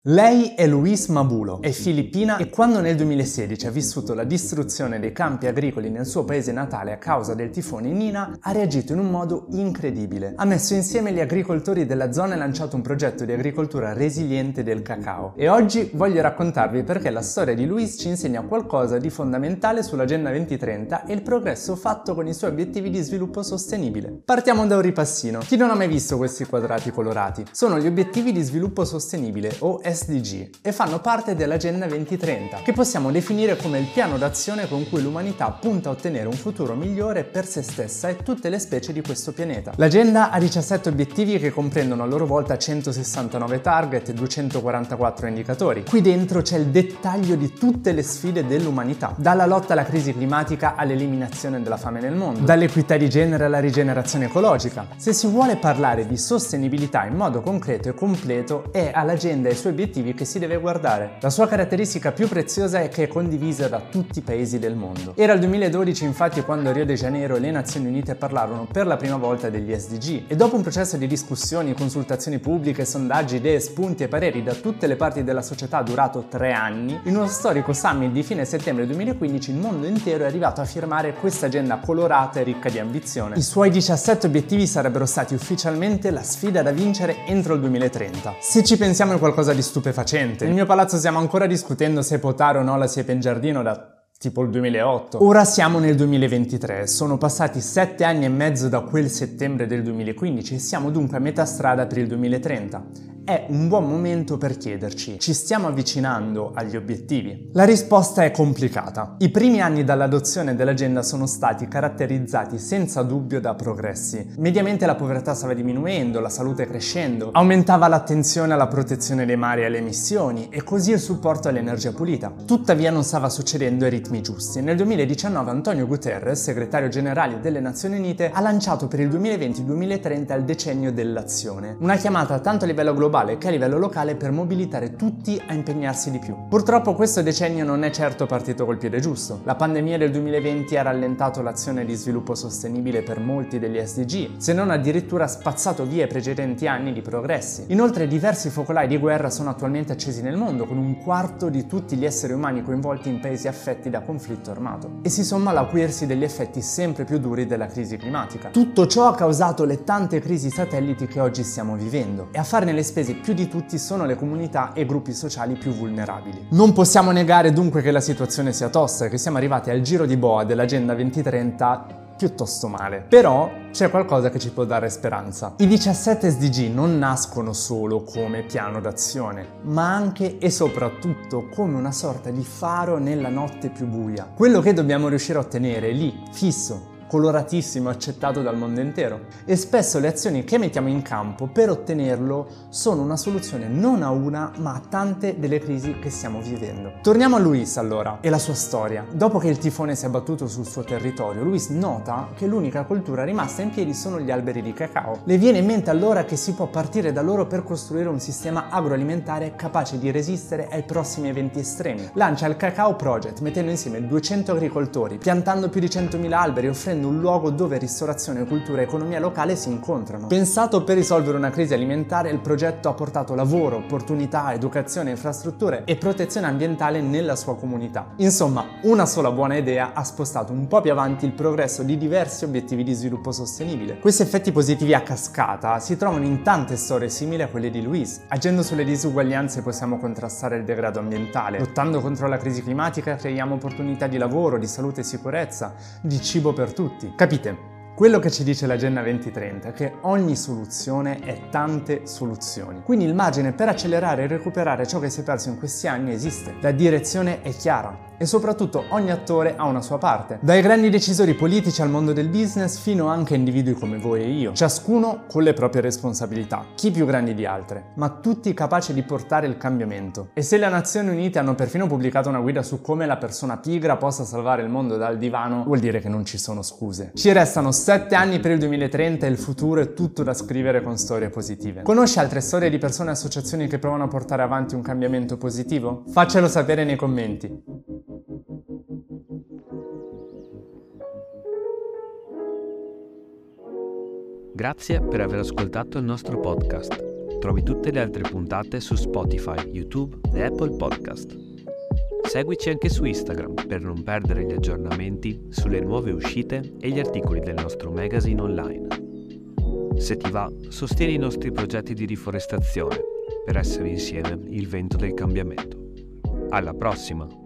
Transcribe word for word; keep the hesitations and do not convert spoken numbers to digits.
Lei è Luis Mabulo, è filippina e quando nel duemilasedici ha vissuto la distruzione dei campi agricoli nel suo paese natale a causa del tifone Nina, ha reagito in un modo incredibile. Ha messo insieme gli agricoltori della zona e lanciato un progetto di agricoltura resiliente del cacao. E oggi voglio raccontarvi perché la storia di Luis ci insegna qualcosa di fondamentale sull'Agenda duemilatrenta e il progresso fatto con i suoi obiettivi di sviluppo sostenibile. Partiamo da un ripassino. Chi non ha mai visto questi quadrati colorati? Sono gli obiettivi di sviluppo sostenibile o S D G e fanno parte dell'Agenda duemilatrenta, che possiamo definire come il piano d'azione con cui l'umanità punta a ottenere un futuro migliore per se stessa e tutte le specie di questo pianeta. L'agenda ha diciassette obiettivi che comprendono a loro volta centosessantanove target e duecentoquarantaquattro indicatori. Qui dentro c'è il dettaglio di tutte le sfide dell'umanità, dalla lotta alla crisi climatica all'eliminazione della fame nel mondo, dall'equità di genere alla rigenerazione ecologica. Se si vuole parlare di sostenibilità in modo concreto e completo, è all'agenda e ai suoi obiettivi che si deve guardare. La sua caratteristica più preziosa è che è condivisa da tutti i paesi del mondo. Era il duemiladodici infatti quando a Rio de Janeiro le Nazioni Unite parlarono per la prima volta degli S D G e dopo un processo di discussioni, consultazioni pubbliche, sondaggi, idee, spunti e pareri da tutte le parti della società durato tre anni, in uno storico summit di fine settembre duemilaquindici il mondo intero è arrivato a firmare questa agenda colorata e ricca di ambizione. I suoi diciassette obiettivi sarebbero stati ufficialmente la sfida da vincere entro il duemilatrenta. Se ci pensiamo è qualcosa di stupefacente. Nel mio palazzo stiamo ancora discutendo se potare o no la siepe in giardino da tipo il duemilaotto. Ora siamo nel duemilaventitré, sono passati sette anni e mezzo da quel settembre del duemilaquindici e siamo dunque a metà strada per il duemilatrenta. È un buon momento per chiederci: ci stiamo avvicinando agli obiettivi? La risposta è complicata. I primi anni dall'adozione dell'agenda sono stati caratterizzati senza dubbio da progressi. Mediamente la povertà stava diminuendo, la salute crescendo, aumentava l'attenzione alla protezione dei mari e alle emissioni e così il supporto all'energia pulita. Tuttavia non stava succedendo ai ritmi giusti. Nel duemiladiciannove Antonio Guterres, segretario generale delle Nazioni Unite, ha lanciato per il duemilaventi duemilatrenta il decennio dell'azione, una chiamata tanto a livello globale che a livello locale per mobilitare tutti a impegnarsi di più. Purtroppo questo decennio non è certo partito col piede giusto. La pandemia del duemilaventi ha rallentato l'azione di sviluppo sostenibile per molti degli S D G, se non addirittura spazzato via i precedenti anni di progressi. Inoltre diversi focolai di guerra sono attualmente accesi nel mondo, con un quarto di tutti gli esseri umani coinvolti in paesi affetti da conflitto armato. E si somma l'acuirsi degli effetti sempre più duri della crisi climatica. Tutto ciò ha causato le tante crisi satelliti che oggi stiamo vivendo, e a farne le spese più di tutti sono le comunità e gruppi sociali più vulnerabili. Non possiamo negare dunque che la situazione sia tosta e che siamo arrivati al giro di boa dell'Agenda duemilatrenta piuttosto male. Però c'è qualcosa che ci può dare speranza. I diciassette S D G non nascono solo come piano d'azione, ma anche e soprattutto come una sorta di faro nella notte più buia. Quello che dobbiamo riuscire a ottenere è lì, fisso, coloratissimo, accettato dal mondo intero. E spesso le azioni che mettiamo in campo per ottenerlo sono una soluzione non a una, ma a tante delle crisi che stiamo vivendo. Torniamo a Luis allora e la sua storia. Dopo che il tifone si è abbattuto sul suo territorio, Luis nota che l'unica coltura rimasta in piedi sono gli alberi di cacao. Le viene in mente allora che si può partire da loro per costruire un sistema agroalimentare capace di resistere ai prossimi eventi estremi. Lancia il Cacao Project, mettendo insieme duecento agricoltori, piantando più di centomila alberi, offrendo un luogo dove ristorazione, cultura e economia locale si incontrano. Pensato per risolvere una crisi alimentare, il progetto ha portato lavoro, opportunità, educazione, infrastrutture e protezione ambientale nella sua comunità. Insomma, una sola buona idea ha spostato un po' più avanti il progresso di diversi obiettivi di sviluppo sostenibile. Questi effetti positivi a cascata si trovano in tante storie simili a quelle di Luis. Agendo sulle disuguaglianze possiamo contrastare il degrado ambientale, lottando contro la crisi climatica creiamo opportunità di lavoro, di salute e sicurezza, di cibo per tutti. Capite? Quello che ci dice l'Agenda duemilatrenta è che ogni soluzione è tante soluzioni. Quindi il margine per accelerare e recuperare ciò che si è perso in questi anni esiste. La direzione è chiara e soprattutto ogni attore ha una sua parte. Dai grandi decisori politici al mondo del business fino anche a individui come voi e io. Ciascuno con le proprie responsabilità, chi più grandi di altre, ma tutti capaci di portare il cambiamento. E se le Nazioni Unite hanno perfino pubblicato una guida su come la persona pigra possa salvare il mondo dal divano, vuol dire che non ci sono scuse. Ci restano sette anni per il duemilatrenta e il futuro è tutto da scrivere con storie positive. Conosci altre storie di persone e associazioni che provano a portare avanti un cambiamento positivo? Faccelo sapere nei commenti. Grazie per aver ascoltato il nostro podcast. Trovi tutte le altre puntate su Spotify, YouTube e Apple Podcast. Seguici anche su Instagram per non perdere gli aggiornamenti sulle nuove uscite e gli articoli del nostro magazine online. Se ti va, sostieni i nostri progetti di riforestazione per essere insieme il vento del cambiamento. Alla prossima!